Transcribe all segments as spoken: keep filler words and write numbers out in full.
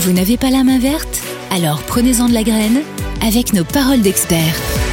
Vous n'avez pas la main verte ? Alors prenez-en de la graine avec nos paroles d'experts.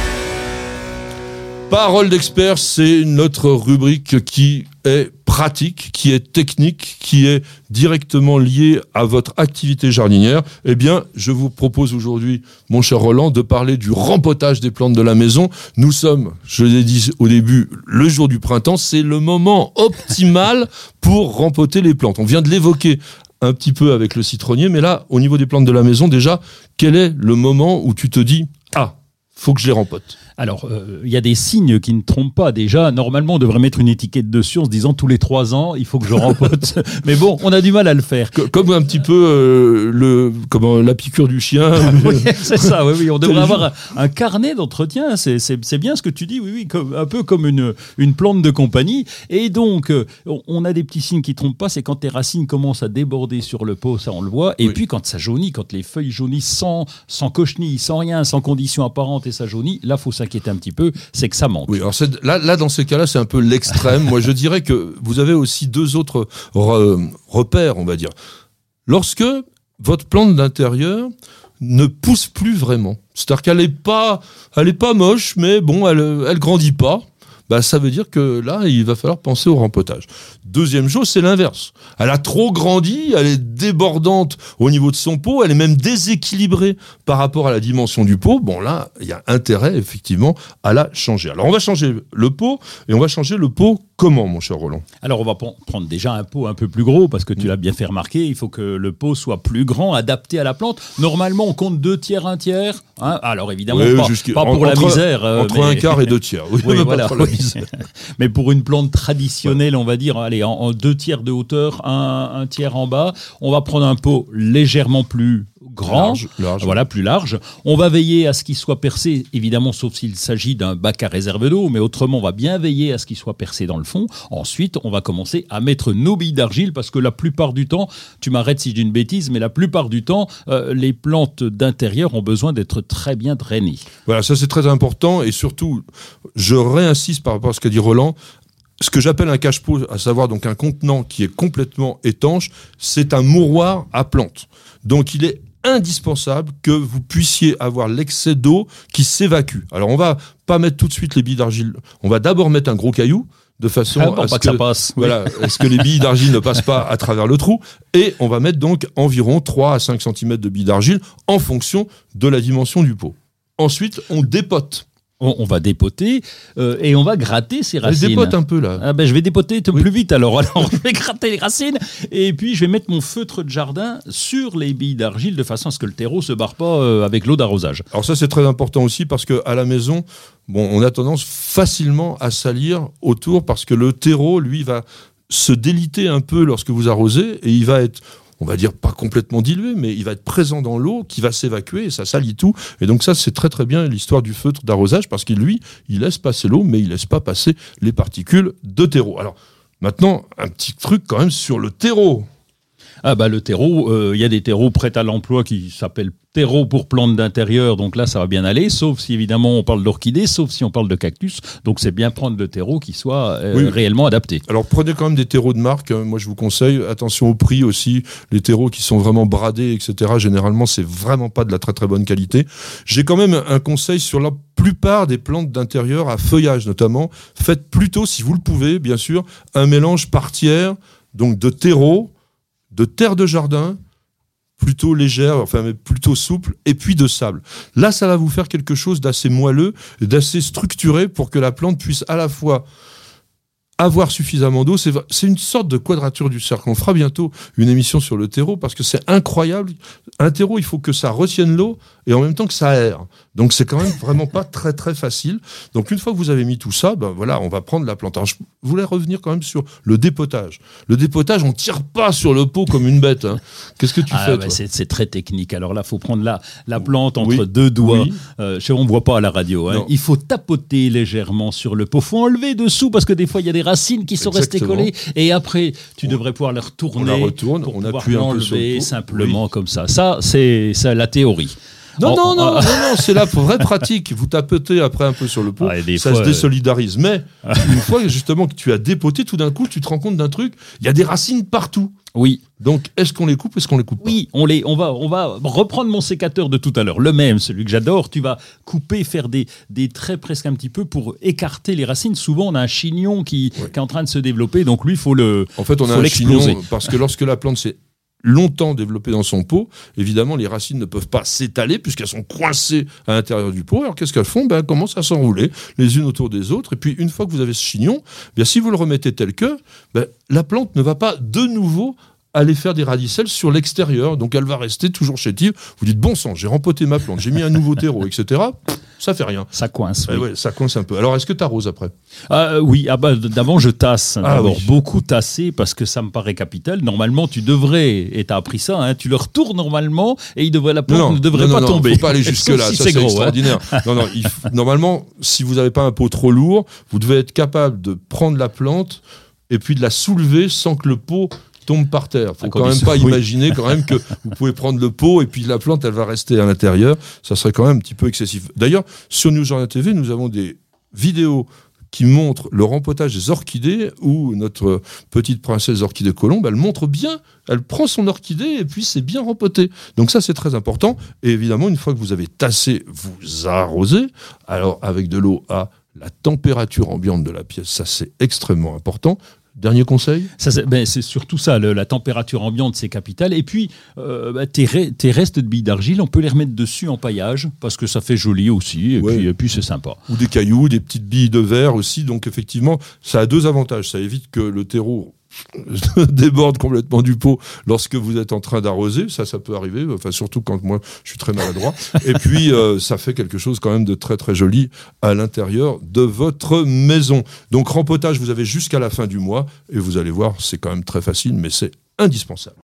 Paroles d'experts, c'est notre rubrique qui est pratique, qui est technique, qui est directement liée à votre activité jardinière. Eh bien, je vous propose aujourd'hui, mon cher Roland, de parler du rempotage des plantes de la maison. Nous sommes, je l'ai dit au début, le jour du printemps. C'est le moment optimal pour rempoter les plantes. On vient de l'évoquer un petit peu avec le citronnier, mais là, au niveau des plantes de la maison, déjà, quel est le moment où tu te dis « Ah, faut que je les rempote ». Alors, il euh, y a des signes qui ne trompent pas. Déjà, normalement, on devrait mettre une étiquette dessus en se disant tous les trois ans, il faut que je rempote. Mais bon, on a du mal à le faire. Comme un petit peu euh, le, comment, la piqûre du chien. Oui, c'est ça, oui, oui. On devrait avoir un, un carnet d'entretien. C'est, c'est, c'est bien ce que tu dis, oui, oui, comme, un peu comme une, une plante de compagnie. Et donc, euh, on a des petits signes qui ne trompent pas. C'est quand tes racines commencent à déborder sur le pot, ça on le voit. Et oui. Puis quand ça jaunit, quand les feuilles jaunissent sans, sans cochenille, sans rien, sans condition apparente et ça jaunit, là, il faut s'inquiéter un petit peu, c'est que ça manque. Oui, alors c'est, là, là, dans ces cas-là, c'est un peu l'extrême. Moi, je dirais que vous avez aussi deux autres re, repères, on va dire. Lorsque votre plante d'intérieur ne pousse plus vraiment, c'est-à-dire qu'elle n'est pas, elle est pas moche, mais bon, elle, elle grandit pas. Bah, ça veut dire que là, il va falloir penser au rempotage. Deuxième chose, c'est l'inverse. Elle a trop grandi, elle est débordante au niveau de son pot, elle est même déséquilibrée par rapport à la dimension du pot. Bon, là, il y a intérêt, effectivement, à la changer. Alors, on va changer le pot, et on va changer le pot comment, mon cher Roland ? Alors, on va prendre déjà un pot un peu plus gros, parce que tu l'as bien fait remarquer, il faut que le pot soit plus grand, adapté à la plante. Normalement, on compte deux tiers, un tiers. Hein. Alors, évidemment, oui, pas, pas pour entre, la misère. Euh, entre mais... un quart et deux tiers. Oui, oui, voilà, oui. Mais pour une plante traditionnelle, ouais. On va dire, allez, en, en deux tiers de hauteur, un, un tiers en bas, on va prendre un pot légèrement plus grand, large, large, voilà, plus large. On va veiller à ce qu'il soit percé, évidemment, sauf s'il s'agit d'un bac à réserve d'eau, mais autrement, on va bien veiller à ce qu'il soit percé dans le fond. Ensuite, on va commencer à mettre nos billes d'argile, parce que la plupart du temps, tu m'arrêtes si je dis une bêtise, mais la plupart du temps, euh, les plantes d'intérieur ont besoin d'être très bien drainées. Voilà, ça c'est très important, et surtout, je réinsiste par rapport à ce qu'a dit Roland. Ce que j'appelle un cache-pot, à savoir donc un contenant qui est complètement étanche, c'est un mouroir à plantes. Donc il est indispensable que vous puissiez avoir l'excès d'eau qui s'évacue. Alors on va pas mettre tout de suite les billes d'argile, on va d'abord mettre un gros caillou de façon ah bon, à ce que, que ça passe. Voilà, à ce que les billes d'argile ne passent pas à travers le trou, et on va mettre donc environ trois à cinq centimètres de billes d'argile en fonction de la dimension du pot. Ensuite, on dépote. On, on va dépoter euh, et on va gratter ces racines. Je dépote un peu là. Ah ben, je vais dépoter oui. plus vite alors. Alors je vais gratter les racines et puis je vais mettre mon feutre de jardin sur les billes d'argile de façon à ce que le terreau se barre pas euh, avec l'eau d'arrosage. Alors ça c'est très important aussi parce qu'à la maison, bon, on a tendance facilement à salir autour parce que le terreau, lui, va se déliter un peu lorsque vous arrosez et il va être... on va dire pas complètement dilué, mais il va être présent dans l'eau, qui va s'évacuer et ça salit tout. Et donc ça, c'est très très bien l'histoire du feutre d'arrosage parce qu'il, lui, il laisse passer l'eau, mais il laisse pas passer les particules de terreau. Alors maintenant, un petit truc quand même sur le terreau. Ah bah le terreau, il euh, y a des terreaux prêts à l'emploi qui s'appellent terreau pour plantes d'intérieur, donc là ça va bien aller, sauf si évidemment on parle d'orchidées, sauf si on parle de cactus, donc c'est bien prendre le terreau qui soit euh, oui. réellement adapté. Alors prenez quand même des terreaux de marque, moi je vous conseille, attention au prix aussi, les terreaux qui sont vraiment bradés, et cetera, généralement c'est vraiment pas de la très très bonne qualité. J'ai quand même un conseil sur la plupart des plantes d'intérieur, à feuillage notamment, faites plutôt, si vous le pouvez bien sûr, un mélange par tiers, donc de terreau, de terre de jardin, plutôt légère, enfin mais plutôt souple, et puis de sable. Là, ça va vous faire quelque chose d'assez moelleux, d'assez structuré pour que la plante puisse à la fois avoir suffisamment d'eau. C'est, c'est une sorte de quadrature du cercle. On fera bientôt une émission sur le terreau parce que c'est incroyable. Un terreau, il faut que ça retienne l'eau et en même temps que ça aère. Donc c'est quand même vraiment pas très très facile. Donc une fois que vous avez mis tout ça, ben voilà, on va prendre la plante. Alors je voulais revenir quand même sur le dépotage. Le dépotage, on tire pas sur le pot comme une bête. Hein. Qu'est-ce que tu ah, fais bah toi c'est, c'est très technique. Alors là, faut prendre la, la plante entre oui. deux doigts. Oui. Euh, je sais, on voit pas à la radio. Hein. Il faut tapoter légèrement sur le pot. Faut enlever dessous parce que des fois il y a des racines qui sont Exactement. restées collées. Et après, tu on, devrais pouvoir les retourner. On la retourne. Pour on pouvoir appuie un peu sur le l'enlever pot. simplement Oui. comme ça. Ça, c'est, c'est la théorie. Non, en, non, non, en, non, non, c'est la vraie pratique. Vous tapotez après un peu sur le pot, ah, ça fois, se désolidarise. Mais une fois justement que tu as dépoté, tout d'un coup, tu te rends compte d'un truc, il y a des racines partout. Oui. Donc, est-ce qu'on les coupe, est-ce qu'on les coupe pas? Oui, on, les, on, va, on va reprendre mon sécateur de tout à l'heure, le même, celui que j'adore. Tu vas couper, faire des, des traits presque un petit peu pour écarter les racines. Souvent, on a un chignon qui, ouais. qui est en train de se développer, donc lui, il faut le En fait, on a un l'exploser. chignon parce que lorsque la plante s'est longtemps développée dans son pot, évidemment, les racines ne peuvent pas s'étaler puisqu'elles sont coincées à l'intérieur du pot. Alors, qu'est-ce qu'elles font? Ben, elles commencent à s'enrouler les unes autour des autres. Et puis, une fois que vous avez ce chignon, bien, si vous le remettez tel que, ben, la plante ne va pas de nouveau aller faire des radicelles sur l'extérieur, donc elle va rester toujours chétive. Vous dites, bon sang, j'ai rempoté ma plante, j'ai mis un nouveau terreau, et cetera. Pff, ça fait rien. Ça coince. Eh Oui, ouais, ça coince un peu. Alors, est-ce que tu arroses après? ah, oui ah bah, d'abord je tasse. Ah, D'abord, oui. beaucoup tasser parce que ça me paraît capital. Normalement, tu devrais, et tu as appris ça, hein, tu le retournes normalement et il devrait, la plante Non, non, ne devrait non, pas non, tomber. Il ne faut pas aller jusque-là, si ça c'est c'est gros, extraordinaire. Hein. Non, non, il f- normalement, si vous n'avez pas un pot trop lourd, vous devez être capable de prendre la plante et puis de la soulever sans que le pot tombe par terre. Il faut quand même pas oui. imaginer quand même que vous pouvez prendre le pot et puis la plante, elle va rester à l'intérieur. Ça serait quand même un petit peu excessif. D'ailleurs, sur News Journal T V, nous avons des vidéos qui montrent le rempotage des orchidées où notre petite princesse orchidée colombe, elle montre bien, elle prend son orchidée et puis c'est bien rempoté. Donc ça, c'est très important. Et évidemment, une fois que vous avez tassé, vous arrosez. Alors, avec de l'eau à la température ambiante de la pièce, ça, c'est extrêmement important. Dernier conseil? Ça, c'est, ben, c'est surtout ça, le, la température ambiante, c'est capital. Et puis, euh, bah, tes, re, tes restes de billes d'argile, on peut les remettre dessus en paillage, parce que ça fait joli aussi, et, ouais. puis, et puis c'est sympa. Ou des cailloux, des petites billes de verre aussi. Donc effectivement, ça a deux avantages. Ça évite que le terreau déborde complètement du pot lorsque vous êtes en train d'arroser, ça ça peut arriver, enfin surtout quand moi je suis très maladroit, et puis euh, ça fait quelque chose quand même de très très joli à l'intérieur de votre maison. Donc rempotage, vous avez jusqu'à la fin du mois et vous allez voir, c'est quand même très facile mais c'est indispensable.